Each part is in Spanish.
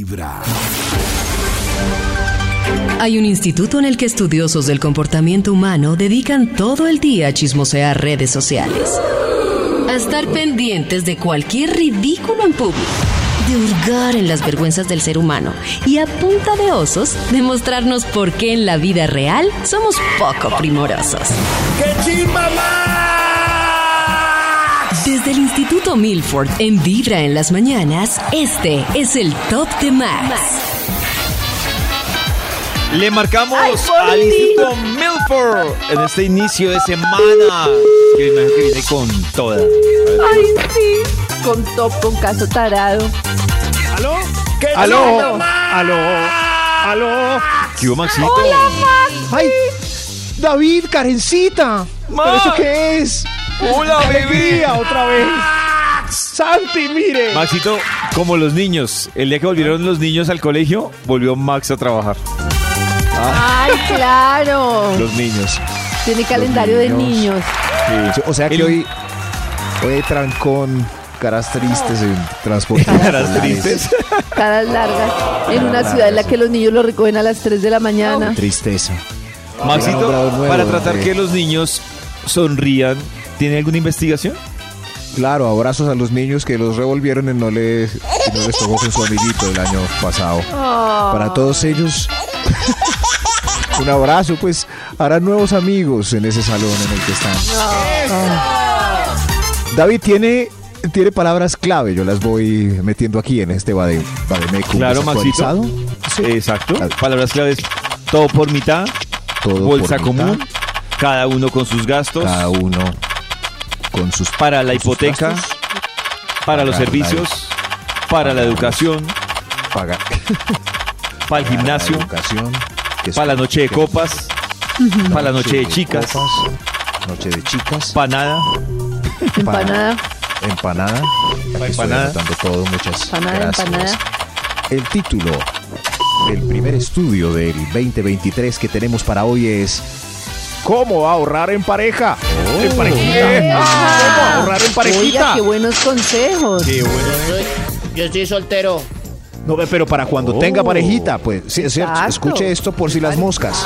Vibra. Hay un instituto en el que estudiosos del comportamiento humano dedican todo el día a chismosear redes sociales, a estar pendientes de cualquier ridículo en público, de hurgar en las vergüenzas del ser humano y a punta de osos demostrarnos por qué en la vida real somos poco primorosos. ¡Qué chimba, Max! Desde el Instituto Milford en Vibra en las mañanas, este es el Top de Max. Le marcamos al Instituto Milford en este inicio de semana. Que me imagino que viene con toda. Ay, sí. Con top, con caso tarado. ¿Aló? ¿Qué ¿Aló? chimba, ¿Aló? ¿Qué hubo, Maxito? Hola, Max. ¡Ay! David, Karencita. ¿Pero eso qué es? ¡Hola, bebé! ¡Alegría, otra vez! ¡Santi, mire! Maxito, como los niños. El día que volvieron los niños al colegio, volvió Max a trabajar. Ay, claro. Los niños. Tiene calendario de niños. niños. O sea que hoy trancón, caras tristes en transporte. Caras tristes. Caras largas. En una ciudad en la que los niños lo recogen a las 3 de la mañana. Tristeza. Maxito, Nombrado nuevo, para tratar que los niños sonrían, ¿tiene alguna investigación? Claro, abrazos a los niños que los revolvieron y no les tocó con su amiguito el año pasado. Oh. Para todos ellos, un abrazo, pues harán nuevos amigos en ese salón en el que están. David tiene palabras clave, yo las voy metiendo aquí en este Bademecum. Claro, Maxito. Sí. Exacto. Palabras claves: todo por mitad, Todo bolsa por común, mitad, cada uno con sus gastos, cada uno con sus para la con sus hipoteca, gastos, para los pagar la- servicios, para la educación, pagar para el gimnasio, la educación, que es- para la noche de copas, para la noche de chicas, copas, noche de chicas, para nada, Empanada. empanada. Aquí estoy Empanada. anotando todo, muchas Empanada, gracias. empanada. El título del primer estudio del 2023 que tenemos para hoy es ¿Cómo ahorrar en pareja? En parejita. ¿Cómo ahorrar en parejita? Oiga, qué buenos consejos. qué bueno. Yo estoy soltero. No, pero para cuando tenga parejita, pues, sí, es cierto. Exacto. Escuche esto por si las moscas.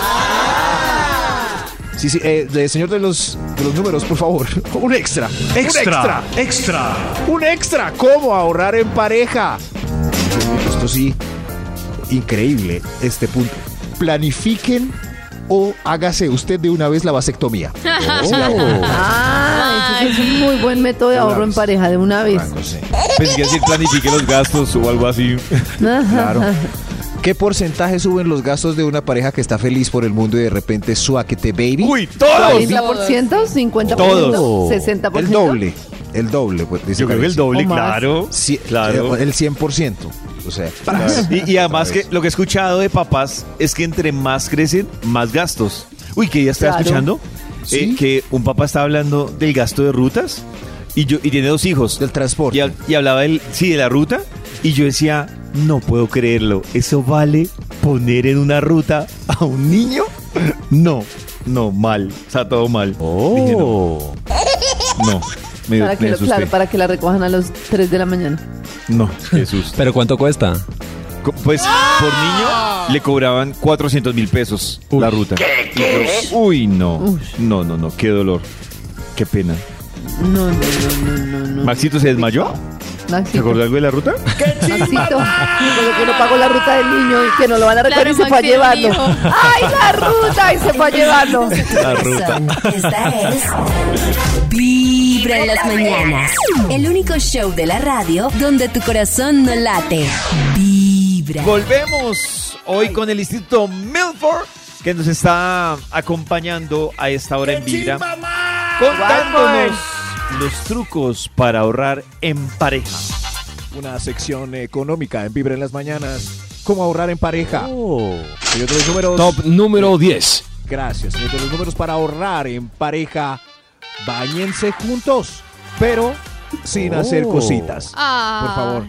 Sí, señor de los números, por favor. Un extra. Extra. Un extra. ¿Cómo ahorrar en pareja? Esto sí, increíble este punto. Planifiquen o hágase usted de una vez la vasectomía. Ah, ese es un muy buen método de ahorro en pareja de una vez. No sé. Pensé que decir planifique los gastos o algo así. Claro. ¿Qué porcentaje suben los gastos de una pareja que está feliz por el mundo y de repente suáquete, baby? ¡Uy, todos! 40%, 50%, Todos. 60%. El doble, pues dice Yo creo que el doble, O más. claro. Sí, Claro. el 100%. O sea, Y además que lo que he escuchado de papás es que entre más crecen, más gastos. Uy, que ya estaba Claro. escuchando ¿Sí? que un papá estaba hablando del gasto de rutas y tiene 2 hijos. del transporte. Y hablaba de la ruta y yo decía, no puedo creerlo, ¿eso vale poner en una ruta a un niño? No, mal, está todo mal. Dije, no, me asusté. Claro, para que la recojan a los 3 de la mañana. No, Jesús. ¿Pero cuánto cuesta? Pues por niño le cobraban 400,000 pesos la ruta. Uy, no, qué dolor, qué pena. No. ¿Maxito se desmayó? ¿Se Maxito. acordó algo de la ruta? Maxito. Pero que no pagó la ruta del niño y que no lo van a recoger Claro, y se fue a Maxi, llevarlo. el hijo. ¡Ay, la ruta! Y se fue a llevarlo. La ruta. Esta es Vibra en las mañanas. El único show de la radio donde tu corazón no late. Vibra. Volvemos hoy con el Instituto Milford, que nos está acompañando a esta hora en Vibra, contándonos los trucos para ahorrar en pareja. Una sección económica en Vibra en las mañanas. ¿Cómo ahorrar en pareja? Señor de los números. Top número 10. Gracias, señor de los números. Para ahorrar en pareja, báñense juntos, pero sin hacer cositas. Por favor.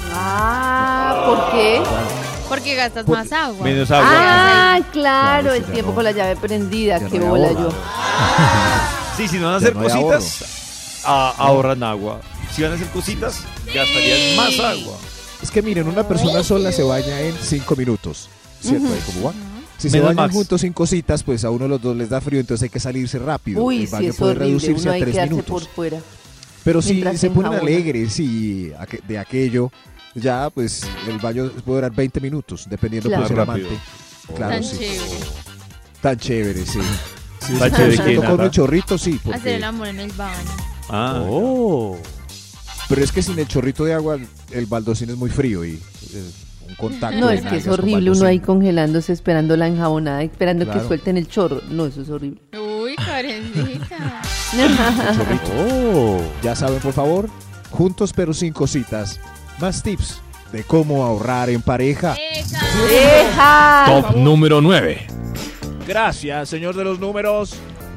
Ah, ¿por qué? Porque gastas más agua. Menos agua. Ah, claro, Claro, el sí, ya tiempo no. con la llave prendida. Ya Qué no hay bola ahorro. yo. Sí, si no van a Ya hacer no hay cositas, ahorran agua. Si van a hacer cositas, gastarían más agua. Es que miren, una persona sola se baña en 5 minutos. ¿Cierto? Ahí como va. Si se Menos bañan Max. juntos sin cositas, pues a uno de los dos les da frío, entonces hay que salirse rápido. Uy, El sí, baño es puede horrible. reducirse Uno a hay que 3 quedarse minutos. por fuera. Pero si mientras se se ponen enjabona. alegres y de aquello, ya pues el baño puede durar 20 minutos, dependiendo Claro. pues el Más rápido. amante. Claro, Tan sí. chévere. Tan chévere, sí. Sí, Tan sí, chévere sí, que con nada. el chorrito, sí. Hacer Porque, el amor en el baño. Ah, pero es que sin el chorrito de agua, el baldosín es muy frío y un contacto. No, de es que es nalgas con horrible uno ahí baldosín. congelándose, esperando la enjabonada, esperando Claro. que suelten el chorro. No, eso es horrible. Uy, Karencita. Ya saben, por favor, juntos pero sin cositas. Más tips de cómo ahorrar en pareja. ¡Deja! Top número 9. Gracias, señor de los números.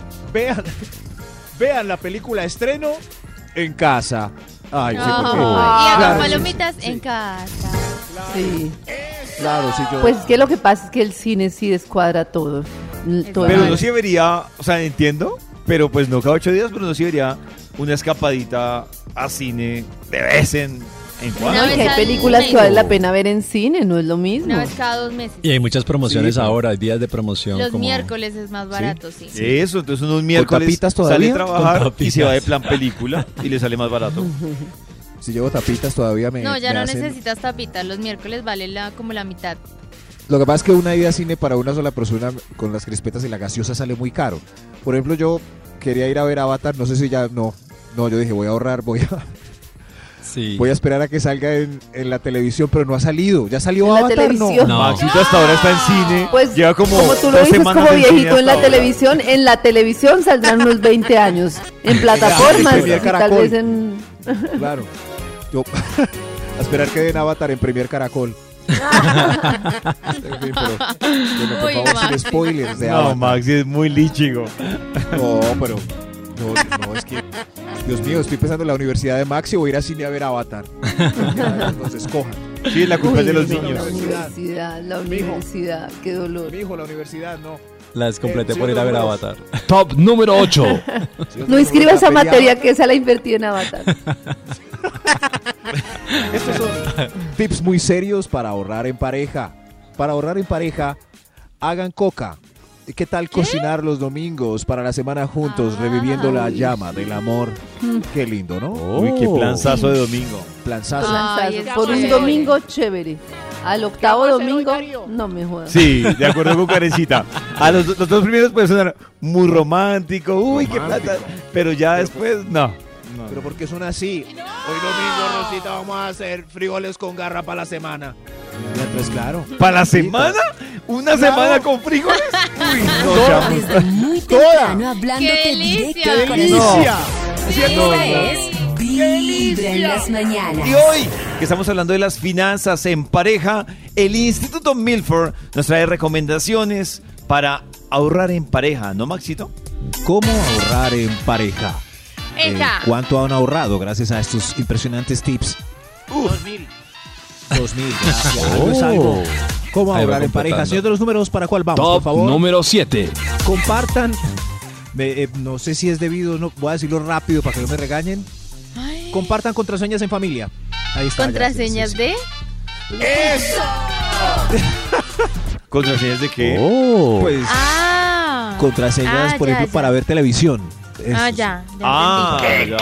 Vean la película estreno en casa. Ay, sí, Oh, porque- y hagan Claro, sí, palomitas sí, en sí. casa. Sí. Claro, sí, yo. Pues es que lo que pasa es que el cine sí descuadra todo. Todo pero mal. no se vería, o sea, entiendo, pero pues no cada 8 días, pero no se vería una escapadita a cine de vez en cuando. No, Una y que vez hay al películas que mes. vale la pena ver en cine, no es lo mismo. Una vez cada 2 meses. Y hay muchas promociones Sí, pero- ahora, hay días de promoción. Los como... miércoles es más barato, sí. Eso, entonces uno un miércoles tapitas sale todavía? a trabajar Con y se va de tapitas. plan película y le sale más barato. Si llevo tapitas todavía No, ya me no hacen- necesitas tapitas. Los miércoles vale como la mitad. Lo que pasa es que una ida a cine para una sola persona con las crispetas y la gaseosa sale muy caro. Por ejemplo, yo quería ir a ver Avatar, no sé si ya no. No, yo dije, voy a ahorrar, voy Sí. a esperar a que salga en la televisión, pero no ha salido. ¿Ya salió ¿En la Avatar? televisión? No. Maxito hasta ahora está en cine. Pues, lleva como tú lo 2 dices semanas como en cine viejito en hasta la ahora. televisión, en la televisión saldrán unos 20 años. En plataformas, Premier y tal Caracol. vez en... No. Claro. Yo, a esperar que den Avatar en Premier Caracol. En fin, pero, bueno, por Uy, favor, sin Maxi. spoilers de No, Avatar. Maxi es muy lichigo. No, pero. No, es que. Dios mío, estoy pensando en la universidad de Maxi o ir a cine a ver Avatar. Ya, los escojan. Sí, la culpa es de Uy, los no, niños. La universidad, qué dolor. Mi hijo, la universidad, no. La descompleté Sí, por ir a ver números. Avatar. Top número 8. No inscriba esa materia que esa la invertí en Avatar. Estos son tips muy serios para ahorrar en pareja. Para ahorrar en pareja, hagan coca. ¿Y ¿Qué tal cocinar los domingos para la semana juntos, reviviendo la llama del amor? Qué lindo, ¿no? Uy, qué planzazo de domingo. Planzazo. Ay, es Por un chévere. domingo chévere. Al octavo vamos a hacer hoy, domingo, Darío? no me jodas. Sí, de acuerdo con Karencita. A los dos primeros puede sonar muy romántico, uy, qué Romántico. plata. Pero ya después, no. Pero ¿por qué son así? Hoy domingo, Rosita, vamos a hacer frijoles con garra para la semana. Pues claro. ¿Para la semana? ¿Una semana con frijoles? Uy, no, ya. Desde muy temprano hablándote ¡Qué directo delicia! al ¡Qué corazón. delicia! Esta es Vibra en las mañanas. Y hoy, que estamos hablando de las finanzas en pareja, el Instituto Milford nos trae recomendaciones para ahorrar en pareja, ¿no, Maxito? ¿Cómo ahorrar en pareja? Esa. ¿Cuánto han ahorrado gracias a estos impresionantes tips? 2000. 2000, gracias. Algo es algo. ¿Cómo Ahí va ahorrar en pareja? completando. Señor de los números, ¿para cuál vamos, por Top favor? número 7. Compartan. No sé si es debido, no, voy a decirlo rápido para que no me regañen. Ay. Compartan contraseñas en familia. Ahí está. ¿Contraseñas gracias, sí, sí. de? ¿Contraseñas de qué? Pues Ah. contraseñas, por ya, ejemplo, ya. para ver televisión. Ah, Eso, ya. Ah, ya.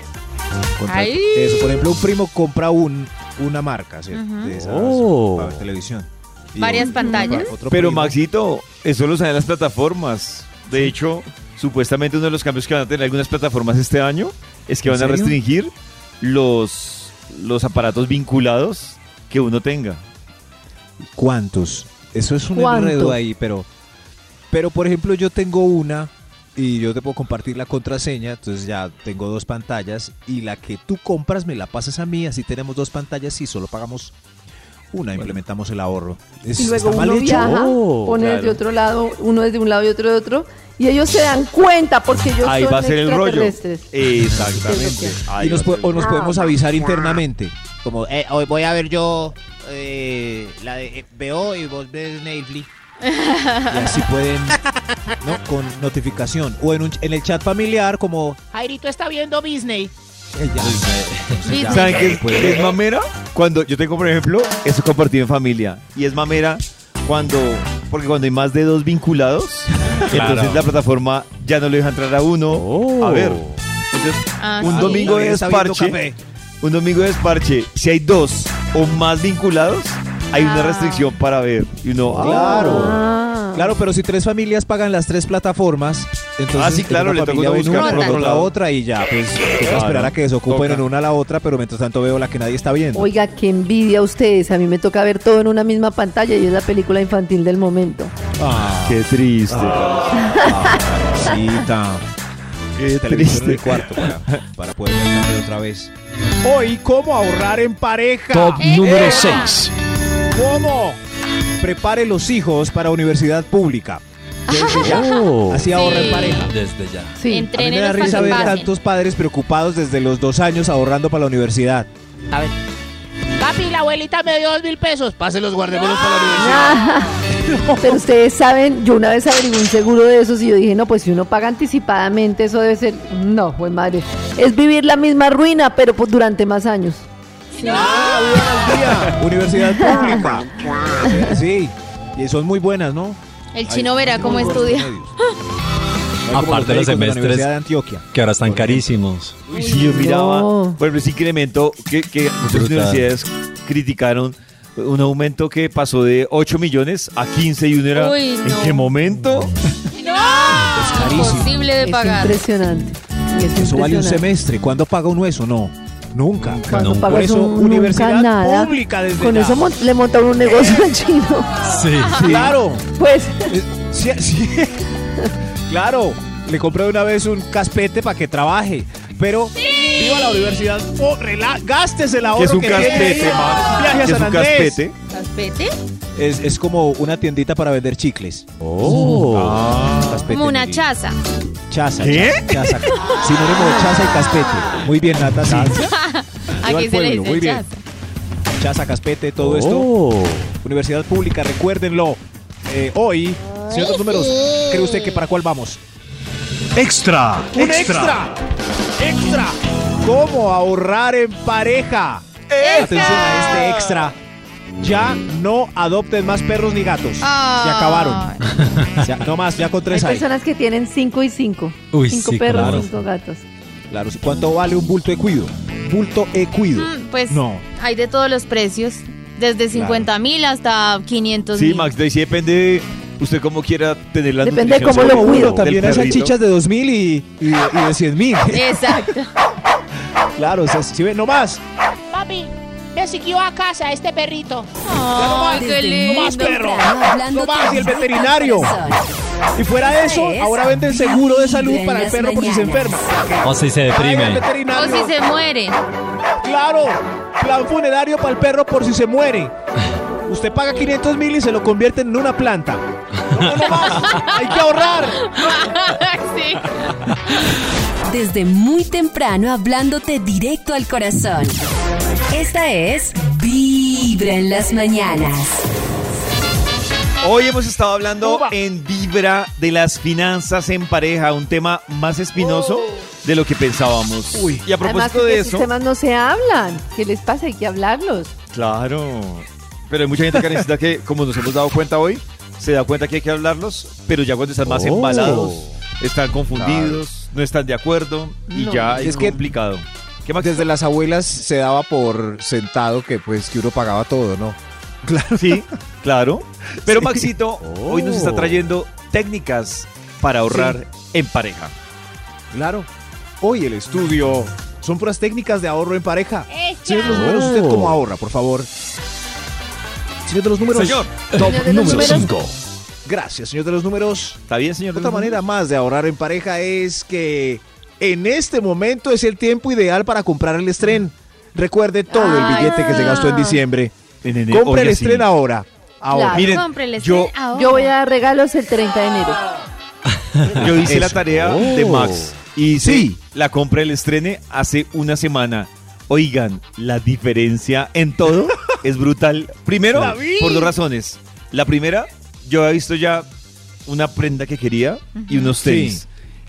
Ay. Eso, por ejemplo, un primo compra una marca, ¿cierto? Ujú. De esas Oh. para ver televisión. Y ¿Varias otro- pantallas? otro Pero primo- Maxito, eso lo saben las plataformas. De hecho, supuestamente uno de los cambios que van a tener algunas plataformas este año es que ¿En van a serio? restringir los aparatos vinculados que uno tenga. ¿Cuántos? Eso es un ¿Cuánto? enredo ahí, pero por ejemplo yo tengo una y yo te puedo compartir la contraseña, entonces ya tengo 2 pantallas y la que tú compras me la pasas a mí, así tenemos 2 pantallas y solo pagamos una, implementamos el ahorro. Y luego ¿Está mal uno hecho? viaja, Oh, pone claro. de otro lado, uno es de un lado y otro de otro, y ellos se dan cuenta porque ellos Ahí son va a ser el rollo. extraterrestres. Exactamente. Ahí Y nos, va a ser. o nos podemos avisar internamente. Como, hoy voy a ver yo la de veo y vos ves Netflix. Y así pueden, ¿no? Con notificación. O en el chat familiar como, Jairito está viendo Disney. Disney. ¿Saben qué es mamera? Cuando yo tengo, por ejemplo, eso compartido en familia. Y es mamera porque cuando hay más de 2 vinculados, entonces la plataforma ya no le deja entrar a uno. A ver. Entonces, Ah, un sí. domingo de desparche. Un domingo de desparche, si hay 2 o más vinculados, hay una restricción para ver. Y uno, Claro. Ah. Claro, pero si 3 familias pagan las 3 plataformas, entonces sí, claro, una le toca familia ve buscar una, por por otro la lado. otra y ya, pues toca Claro, esperar a que desocupen toca. en una a la otra, pero mientras tanto veo la que nadie está viendo. Oiga, qué envidia ustedes. A mí me toca ver todo en una misma pantalla y es la película infantil del momento. qué triste. Cita. Qué Televisor en triste. el cuarto para poder ver otra vez. Hoy, ¿cómo ahorrar en pareja? Top número 6. ¿Cómo? Prepare los hijos para universidad pública. Desde ya. Así ahorra en Sí. pareja. Desde ya. Sí. A mí me Entrenen da para risa que ver pasen. tantos padres preocupados desde los 2 años ahorrando para la universidad. A ver. Papi, la abuelita me dio 2.000 pesos. Páselos, guardémonos para la universidad. Pero ustedes saben, yo una vez averigué un seguro de esos y yo dije, no, pues si uno paga anticipadamente, eso debe ser. No, pues madre. Es vivir la misma ruina, pero pues durante más años. Universidad pública. Sí. Y son muy buenas, ¿no? El chino verá cómo muy buenos estudia. medios. No hay como Aparte de médicos los de la semestres. Universidad de Antioquia. Que ahora están carísimos. Uy, sí, yo miraba, no. por ejemplo, ese incremento que muchas Brutal. universidades criticaron, un aumento que pasó de 8 millones a 15 y uno era, Uy, ¿en no. qué momento? Imposible de Es pagar. impresionante. Es Eso vale un impresionante. semestre. ¿Cuándo paga uno eso? No. Nunca. Cuando Nunca. pagas Por eso, un, universidad nunca nada, pública desde con ya. eso le monta un negocio al chino. Sí. Claro. Pues, Sí, sí. Claro. Le compré una vez un caspete para que trabaje. Pero viva la universidad. Oh, gástese el ¿Qué ahorro es un que tiene. caspete, Max? Viaje a ¿Qué es San un Andrés. caspete? ¿Caspete? Es como una tiendita para vender chicles. Caspete Como una en chaza. Chaza. ¿Qué? Chaza. Sinónimo de chaza y caspete. Muy bien, Nata. Sí. Aquí al se le pueblo, dice muy bien. chaza. Chaza, caspete, todo esto. Universidad pública, recuérdenlo. Hoy, señor de los números, ¿cree usted que para cuál vamos? ¡Extra! ¡Un extra! ¡Extra! ¿Cómo ahorrar en pareja? Atención a este extra. Ya no adopten más perros ni gatos. Ay. Se acabaron. No más, ya con hay 3 hay. personas que tienen 5 y 5. Uy, 5 sí, perros, claro. 5 gatos. Claro, ¿cuánto vale un bulto equido? Bulto equido. Pues No. hay de todos los precios. Desde 50.000 hasta 500.000. Sí, Max, de ahí sí depende de usted cómo quiera tener la Depende de nutrición cómo lo sobre cuido. del También hay perrito. salchichas de 2.000 y de 100.000. Exacto. Claro, o sea, si ven, no más. Papi, me siguió a casa este perrito. Ay, qué lindo. más perro. Hablando No más, y el directo al veterinario. corazón. Y fuera de eso, ahora venden seguro de salud Vibra en para el las perro por si se mañanas. enferma. O si se Ay, el deprime. O veterinario. si se muere. Claro, plan funerario para el perro por si se muere. Usted paga 500.000 y se lo convierten en una planta. No más, hay que ahorrar. Sí. Desde muy temprano hablándote directo al corazón. Esta es Vibra en las mañanas. Hoy hemos estado hablando en Vibra de las finanzas en pareja, un tema más espinoso de lo que pensábamos. Y a Además, propósito que de esos eso, temas no se hablan. ¿Qué les pasa? Hay que hablarlos. claro, pero hay mucha gente que necesita que, como nos hemos dado cuenta hoy, se da cuenta que hay que hablarlos, pero ya cuando están más embalados, están confundidos, no están de acuerdo y No. ya es Es que- complicado. ¿Qué más? Desde las abuelas se daba por sentado que pues que uno pagaba todo, ¿no? Claro, sí, claro. Pero Maxito hoy nos está trayendo técnicas para ahorrar en pareja. Claro. Hoy el estudio son puras técnicas de ahorro en pareja. Señor de los números, ¿usted cómo ahorra, por favor? Señor de los números. Señor, Top Señor de los número números. 5. Gracias, señor de los números. ¿está bien, señor? Otra manera más de ahorrar en pareja es que en este momento es el tiempo ideal para comprar el estreno. Recuerde todo el Ay, billete que se gastó en diciembre. Compre el Oiga, sí. estreno ahora. Ahora. Claro. Miren, Cómprele yo- ahora. Yo voy a dar regalos el 30 de enero. Yo hice la Eso. tarea de Max y hice Sí. la compra del estrene hace una semana. Oigan, la diferencia en todo es brutal. Primero, por 2 razones. La primera, yo había visto ya una prenda que quería y unos tenis.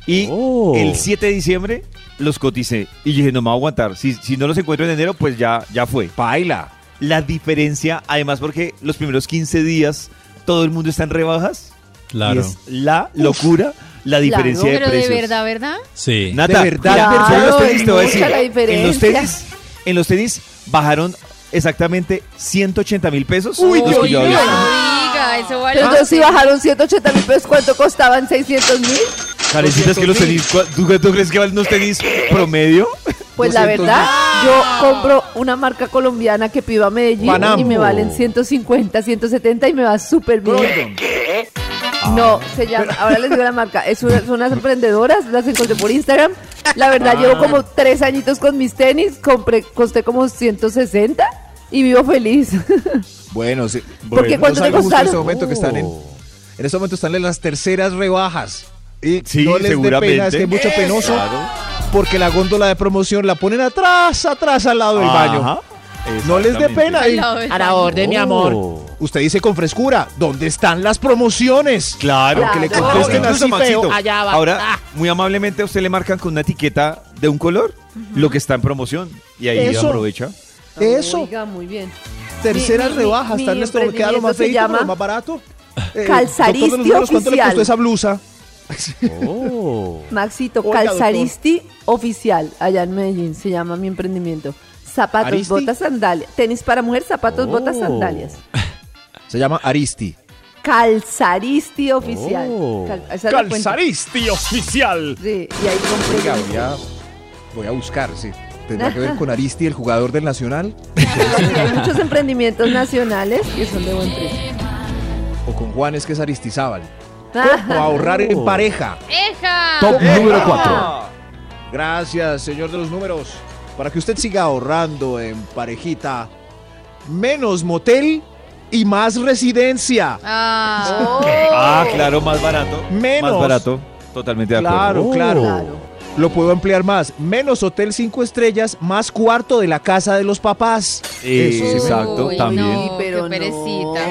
Y el 7 de diciembre los coticé. Y dije, no me voy a aguantar. Si no los encuentro en enero, pues ya fue. Baila. La diferencia, además porque los primeros 15 días todo el mundo está en rebajas. Claro. Y es la locura, la diferencia de Pero precios. de verdad, ¿verdad? Sí. Nata, De verdad, mira, claro, en los tenis te voy a mucha decir, la diferencia. en los tenis bajaron exactamente 180.000 pesos. Uy, los Dios que yo mío. había No visto. diga, eso vale. Pero entonces si bajaron 180.000 pesos, ¿cuánto costaban? ¿600.000? Carecitas que los tenis, ¿tú crees que valen unos tenis promedio? Pues la 200.000. verdad, yo compro una marca colombiana que pido a Medellín Panam. y me valen 150, 170 y me va súper bien. No, se llama, ahora les digo la marca, son unas emprendedoras, las encontré por Instagram. La verdad, llevo como 3 añitos con mis tenis, costé como 160 y vivo feliz. Bueno, sí. Porque ¿cuánto no te saben justo en costaron? este momento que están en este momento están en las terceras rebajas. Y Sí, no les dé seguramente. pena, es que es mucho penoso. Claro. Porque la góndola de promoción la ponen atrás al lado del baño. Ajá. No les dé pena. Al lado del A la baño. orden, mi amor. Usted dice con frescura, ¿dónde están las promociones? Claro, Claro. Que le Claro. contesten Incluso, así Maxito, feo. Allá va. Ahora, Ah. muy amablemente a usted le marcan con una etiqueta de un color lo que está en promoción. Y ahí Eso. aprovecha. Eso. Oiga, muy bien. Terceras Mi- rebajas, mi tal vez todo queda lo más emprendimiento se feito, llama lo más barato. Calzaristi doctor de los números, ¿cuánto le Oficial. costó esa blusa? Maxito, Oiga, Calzaristi Oficial, allá en Medellín, se llama mi emprendimiento. Zapatos, ¿Aristi? botas, sandalias. Tenis para mujer, zapatos, botas, sandalias. Se llama Aristi. Calzaristi Oficial. Esa es la cuenta. Calzaristi oficial. Sí, y ahí compré. Oiga, voy a buscar, sí. ¿Tendrá que ver con Aristi, el jugador del Nacional? Hay muchos emprendimientos nacionales que son de buen precio. ¿O con Juanes, que es Aristizábal? ¿Cómo ahorrar en pareja? ¡Eja! Top número ¡Epa! 4. Gracias, señor de los números. Para que usted siga ahorrando en parejita, menos motel y más residencia. Ah, Ah, claro, más barato. Menos. Más barato. Totalmente de acuerdo. Claro, claro. Claro. Lo puedo ampliar más. Menos hotel 5 estrellas, más cuarto de la casa de los papás. Eso sí me- Exacto, uy, también. No, Pero qué perecita.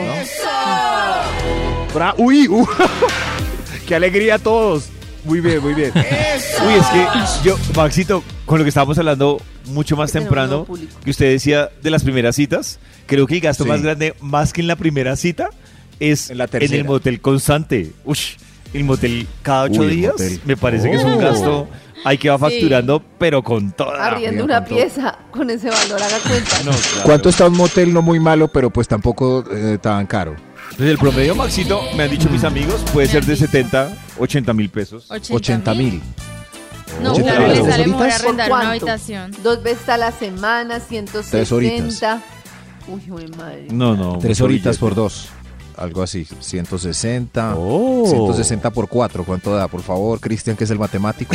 Uy, qué alegría a todos. Muy bien, muy bien. Uy, es que yo, Maxito, con lo que estábamos hablando mucho más Tenemos temprano, nuevo público. que usted decía de las primeras citas, creo que el gasto Sí. más grande, más que en la primera cita, es En la en tercera. el motel constante. Ush, el motel cada 8 Uy, el días, motel. me parece que es un gasto, hay que va facturando, pero con toda. Arriendo mira, una cuánto. pieza con ese valor, haga cuenta. No, claro. ¿Cuánto está un motel? No muy malo, pero pues tampoco tan caro. Entonces el promedio, Maxito, me han dicho mis amigos, puede ser de 70, 80.000 pesos. 80.000. No, 80.000. claro, le ¿Tres sale mejor horitas? arrendar ¿Por una cuánto? habitación. 2 veces a la semana, 3 horitas. 160. Uy, mi madre. No, no. 3 mucho horitas billete. por 2. Algo así. 160. Oh. 160 por 4. ¿Cuánto da? Por favor, Cristian, que es el matemático.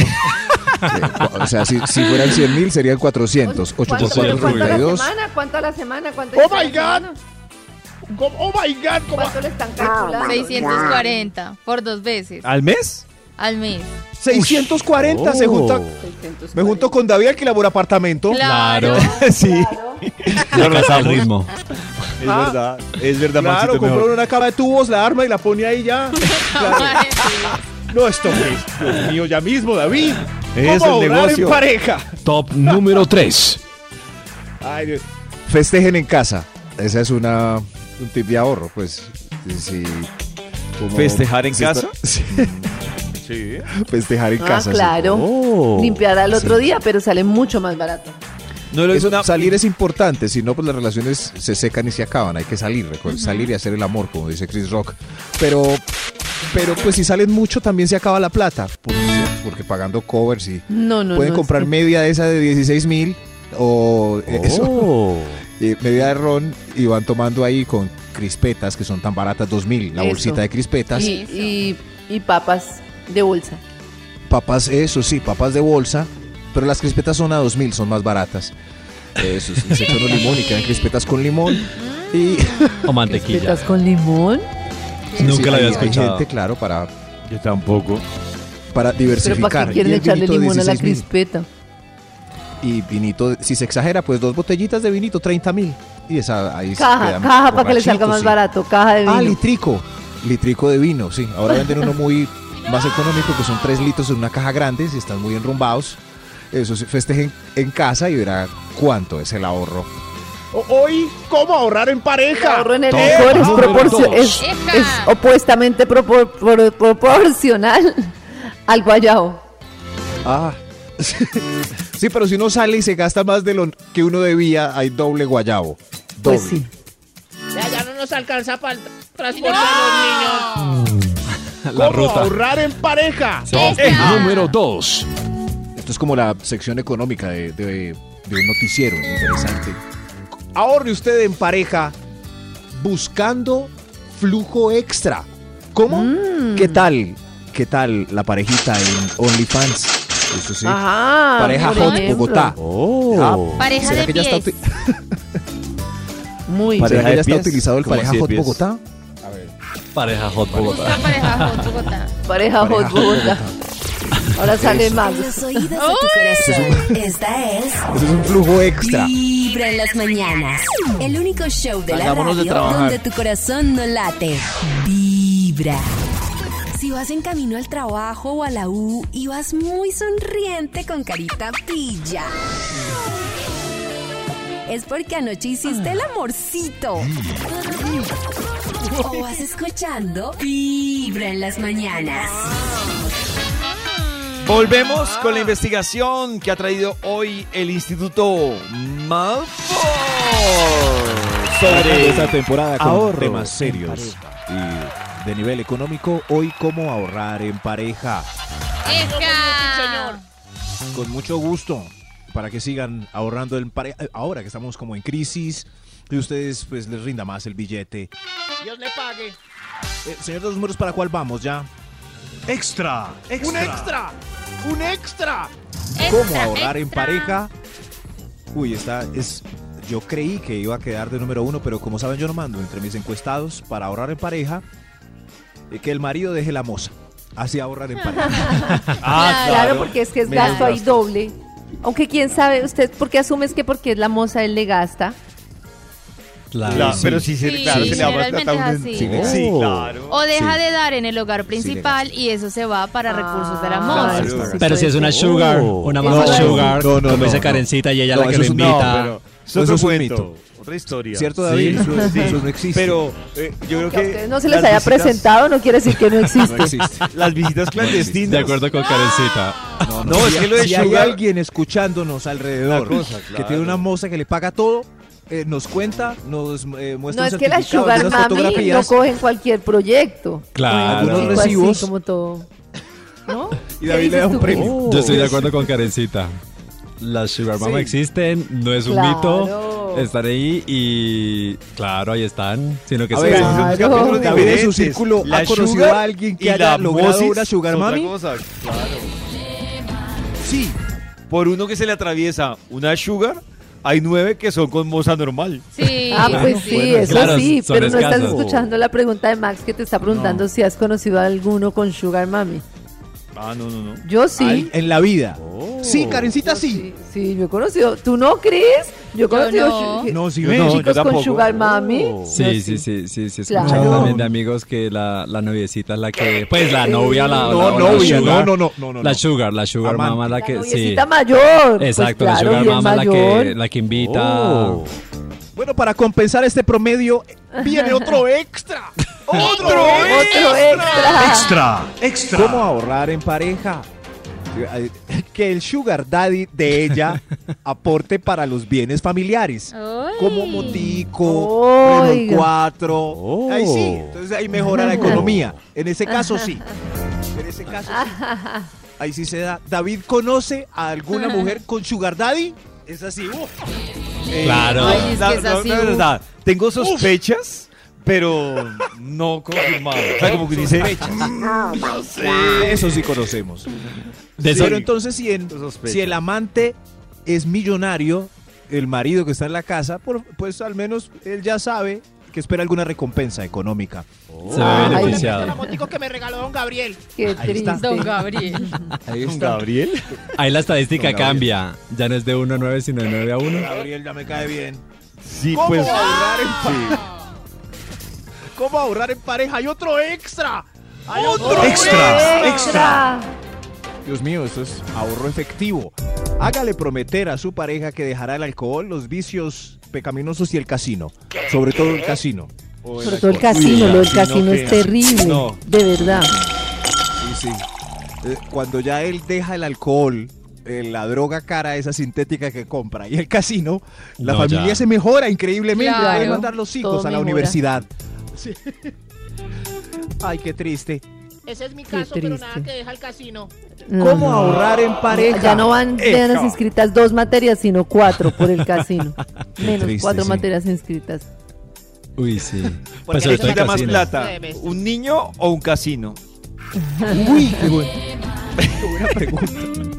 O sea, si fueran 100.000 serían 400. 8 por ¿Cuánto, 4, ¿cuánto a la 32. semana? ¿Cuánto a la semana? ¿Cuánto ¡Oh, es a la my God! semana? Oh my God, ¿cómo? ¿Cuánto le están calculando? 640 por 2 veces ¿Al mes? al mes. 640 se junta. 640. Me junto con David, que labora apartamento. Claro. Sí, La casa al ritmo. es verdad. Es verdad, Claro, Maxito. compró mejor. una cama de tubos, la arma y la pone ahí ya. Claro. Ay, No, esto es, Dios mío, ya mismo, David. Es el ¿Cómo ahorrar negocio. en pareja? Top número 3. Ay, Dios. Festejen en casa. Esa es un tip de ahorro, pues. Sí, como- ¿Festejar en si casa? sí, Sí. festejar en Ah, casa. sí. claro. Oh. Limpiar al otro día, pero sale mucho más barato. No es Eso, una... salir es importante, si no, pues las relaciones se secan y se acaban. Hay que salir, salir y hacer el amor, como dice Chris Rock. Pero pues si salen mucho, también se acaba la plata. Porque pagando covers y No, no, pueden no, comprar es que- media de esa de 16.000 o eso, Oh. media de ron y van tomando ahí con crispetas que son tan baratas, 2.000, la Eso. bolsita de crispetas. y papas de bolsa. Papas, eso sí, papas de bolsa, pero las crispetas son a 2.000, son más baratas. Eso sí, se echan un limón y quedan crispetas con limón. Y O mantequilla. ¿Estás con limón? Nunca la había hay escuchado. gente, claro, para Yo tampoco. Pero diversificar. ¿para qué quieren Y el echarle vinito de limón a la 16.000. crispeta? Y vinito, si se exagera, pues 2 botellitas de vinito, 30.000. Y esa ahí se Caja, quedan caja para que le salga borrachitos, más sí. barato, caja de vino. Litrico de vino, sí. Ahora venden uno muy más económico, que son 3 litros en una caja grande, si están muy enrumbados. Eso sí, festejen en casa y verá cuánto es el ahorro. Hoy, ¿cómo ahorrar en El pareja? ahorro en el Top licor es, número dos. es opuestamente proporcional al guayabo. Ah, sí, pero si uno sale y se gasta más de lo que uno debía, hay doble guayabo. Doble. Pues sí. Ya no nos alcanza para transportar a los niños. La ¿Cómo ruta. ahorrar en pareja? Top número 2. Esto es como la sección económica de un noticiero interesante. Ahorre usted en pareja buscando flujo extra. ¿Cómo? ¿Qué tal? ¿Qué tal la parejita en OnlyFans? Eso sí. Ajá. Pareja por Hot ejemplo. Bogotá. Pareja ¿Será de que ya está, pies. Muy Pareja ¿será que de ya está pies? utilizado el ¿Cómo pareja así de Hot pies? Bogotá? Pareja Hot Busca Bogotá. pareja Hot Bogotá. pareja Hot Bogotá. Ahora sale más. En los oídos de tu corazón. Esta es Eso es un flujo extra. Vibra en las mañanas. El único show de la Salgámonos de radio trabajar. donde tu corazón no late. Vibra. Si vas en camino al trabajo o a la U y vas muy sonriente con carita pilla, es porque anoche hiciste el amorcito. O vas escuchando Vibra en las mañanas. Volvemos con la investigación que ha traído hoy el Instituto Malfoy sobre Esta temporada con ahorro temas en serios y de nivel económico. Hoy, cómo ahorrar en pareja. ¡Esca! Con mucho gusto, para que sigan ahorrando en pareja. Ahora que estamos como en crisis y ustedes pues les rinda más el billete. Dios le pague. Señor de los números, ¿para cuál vamos ya? Extra. ¡Un extra! ¡Un extra! ¿Cómo ahorrar en pareja? Uy, esta es... Yo creí que iba a quedar de número 1, pero como saben yo no mando entre mis encuestados para ahorrar en pareja, que el marido deje la moza. Así ahorrar en pareja. Claro, porque es que es Menos gasto ahí gasto. doble. Aunque quién sabe, usted, ¿por qué asumes que porque es la moza él le gasta? Claro. Sí, pero sí, Sí, claro, se le da más generalmente plata a es uno. así. Sí, claro. O deja Sí. de dar en el hogar principal y eso se va para recursos de la Claro. moza. Pero si es una sugar, una mamá No, sugar, no, no, como dice no. Karencita y ella No, la que eso lo es un- invita. No, pero es Eso otro es un cuento, mito. otra historia. ¿Cierto, David? Sí. Eso no existe. Pero yo creo Que a que ustedes no se les las haya visitas- presentado, no quiere decir que no existe. no existe. Las visitas clandestinas. De acuerdo con Karencita. No, es que lo de si hay sugar- alguien escuchándonos alrededor Una cosa, que claro. tiene una moza que le paga todo, nos cuenta, nos muestra No un es que las certificado, sugar unas mami no fotografías. cogen cualquier proyecto. Claro. Cogen Algunos tipo así, recibos. como todo. ¿No? Y ¿Qué David le dices da un tú? premio. Yo estoy de acuerdo con Karencita. Las sugar mama existen, no es un mito. Claro. Están ahí y claro, ahí están. Sino que A se ver, Claro. David en su círculo La ha conocido sugar a alguien que y haya la logrado mosis una sugar es otra mami. cosa, claro. Sí. Por uno que se le atraviesa una sugar, hay 9 que son con moza normal. Sí, Ah, pues sí. sí, eso claro, sí, son pero no estás escasos. escuchando la pregunta de Max que te está preguntando si has conocido a alguno con Sugar Mami. Ah, no. Yo sí. Ay, en la vida. Sí, Karencita, Yo sí. Sí, yo he conocido. ¿Tú no crees? Yo he conocido no. No, sí, Yo ven. no. chicos con tampoco. Sugar Mami. Sí, Yo sí, sí, he Claro. escuchado también de amigos que la noviecita es la que, pues la novia, la No, la novia, sugar, no. la sugar Amante. mama es la La que, sí, noviecita mayor. exacto, Pues la claro, sugar bien mama es mayor. la que invita. Bueno, para compensar este promedio, viene otro extra. Otro extra. ¿Cómo ahorrar en pareja? Que el sugar daddy de ella aporte para los bienes familiares. Ay. Como motico, Oiga. Renault 4. Ahí sí, entonces ahí mejora la economía. En ese caso sí. En ese caso sí. Ahí sí se da. ¿David conoce a alguna mujer con sugar daddy? Es así. Claro. Ay, es que es así, la verdad, tengo sospechas, pero no confirmadas. O sea, como que dice, Eso sí conocemos. De eso- Pero entonces Sospecha. si el amante es millonario, el marido que está en la casa, pues al menos él ya sabe que espera alguna recompensa económica. se ve Ay. beneficiado. La motico que me regaló don Gabriel. Qué Ahí está. triste. Don Gabriel. Ahí ¿Don está. Gabriel? Ahí la estadística Don Gabriel. cambia. Ya no es de 1 a 9, sino de 9 a 1. Gabriel ya me cae bien. Sí, ¿Cómo pues. ahorrar en pareja? ¿Cómo ahorrar en pareja? Hay otro extra. Extra. Dios mío, esto es ahorro efectivo. Hágale prometer a su pareja que dejará el alcohol, los vicios pecaminosos y el casino. Sobre todo el casino. Sobre todo el casino, lo del casino es terrible. No. De verdad. Sí. Cuando ya él deja el alcohol, la droga cara esa sintética que compra y el casino, la No, familia ya. se mejora increíblemente. Claro. Puede mandar los hijos Todo a la mejora. universidad. Sí. Ay, qué triste. Ese es mi Qué caso, pero triste. nada que deja el casino. ¿Cómo No. ahorrar en pareja? Ya no van Eso. las inscritas 2 materias, sino 4 por el casino. Menos triste, 4 sí. materias inscritas. Uy, sí. Porque Pues sobre eso todo da el ¿Qué más casino. plata? Debes. ¿Un niño o un casino? Uy, qué buena pregunta.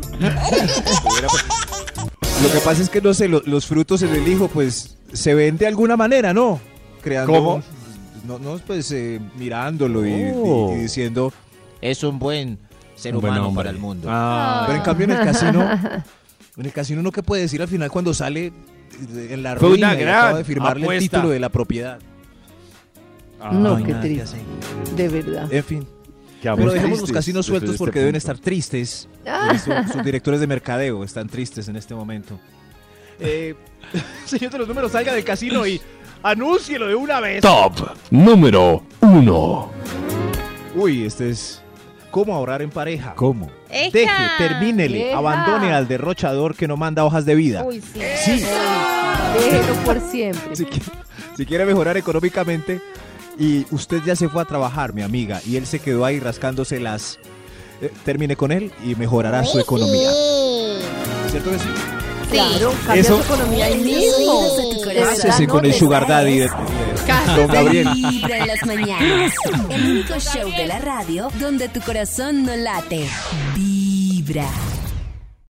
Lo que pasa es que, no sé, los frutos en el hijo, pues, se ven de alguna manera, ¿no? Creando... ¿Cómo? No, pues, mirándolo Oh. y diciendo... Es un buen ser Un buen humano hombre. para el mundo. Pero en cambio en el casino uno qué puede decir al final cuando sale en la Fue ruina una y acaba gran de firmarle el apuesta. título de la propiedad. No, Ay, qué nada que triste. hacer. De verdad. En fin. Quedamos Pero dejemos los tristes casinos después sueltos de este porque deben punto. estar tristes. Sus directores de mercadeo están tristes en este momento. Señor de los números, salga del casino y anúncielo de una vez. Top número 1. Uy, este es... ¿Cómo ahorrar en pareja? ¿Cómo? Deje, ¡Eja! termínele, Deja. abandone al derrochador que no manda hojas de vida. Uy, sí. Sí. Déjelo por siempre. Si quiere mejorar económicamente y usted ya se fue a trabajar, mi amiga, y él se quedó ahí rascándose las... termine con él y mejorará su economía. ¿Cierto que sí? Claro, cambia Eso- tu economía ahí mismo. Oídos de tu De corazón. verdad, Hácese no con el te sugar sabes. daddy de Don Gabriel. Vibra en las mañanas. El único show de la radio donde tu corazón no late. Vibra.